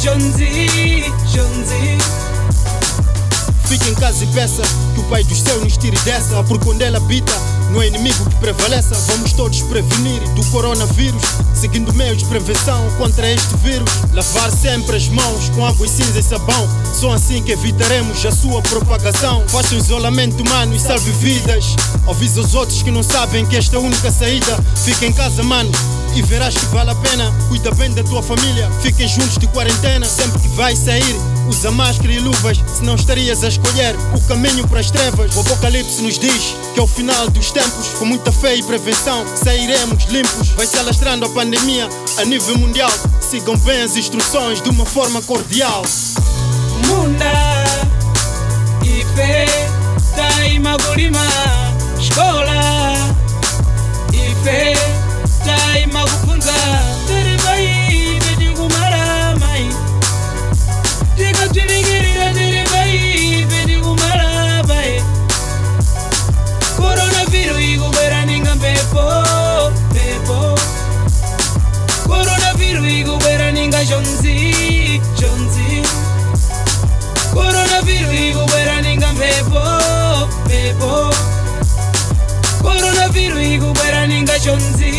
Jonzi. Fica em casa e peça que o Pai do céu nos tire dessa, porque onde Ele habita não é inimigo que prevaleça. Vamos todos prevenir do coronavírus, seguindo meios de prevenção contra este vírus. Lavar sempre as mãos com água e cinza e sabão, só assim que evitaremos a sua propagação. Faça um isolamento humano e salve vidas. Avisa os outros que não sabem que esta é a única saída. Fica em casa, mano, e verás que vale a pena. Cuida bem da tua família, fiquem juntos de quarentena. Sempre que vais sair, usa máscara e luvas, senão estarias a escolher o caminho para as trevas. O Apocalipse nos diz que ao final dos tempos, com muita fé e prevenção, sairemos limpos. Vai se alastrando a pandemia a nível mundial. Sigam bem as instruções de uma forma cordial. Munda ife taima kulima escola ife taima kufunza tiribai bedigumara mai tikatwirigirira tiribai bedigumara bai coronavirus igubera ninga pepo coronavirus igubera ninga jonzi coronavirus igubera ninga pepo coronavirus igubera ninga jonzi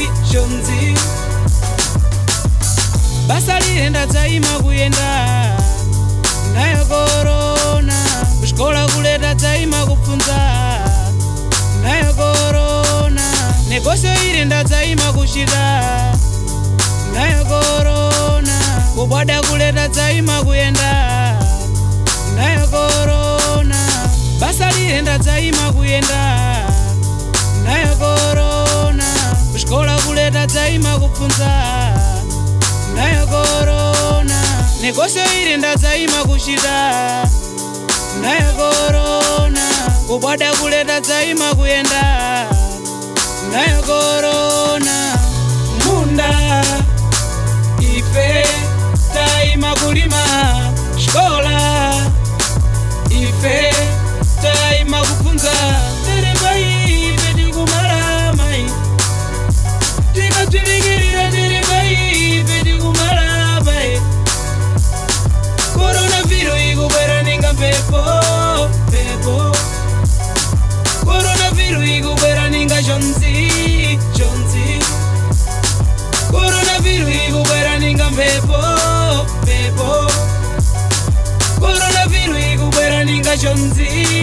basa lirenda dzaima kuyenda nayo korona, kuchikola kuleta dzaima kupfunza nayo korona, negosyo irenda dzaima kuchita nayo korona, kubwada kuleta dzaima kuyenda nayo korona, basa lirenda dzaima kuyenda nayo korona, kuchikola kuleta dzaima kupfunza nayo korona, negosyo irenda dzaima kuchita nayo korona, kubwada kuleta dzaima kuyenda nayo korona. Munda ife taima kulima escola ife taima kufunza tiribai bedigumara mai tikatwirigirira tiribai bedigumara bai coronavirus igubera ninga pepo coronavirus igubera ninga jonzi coronavirus igubera ninga pepo coronavirus igubera ninga jonzi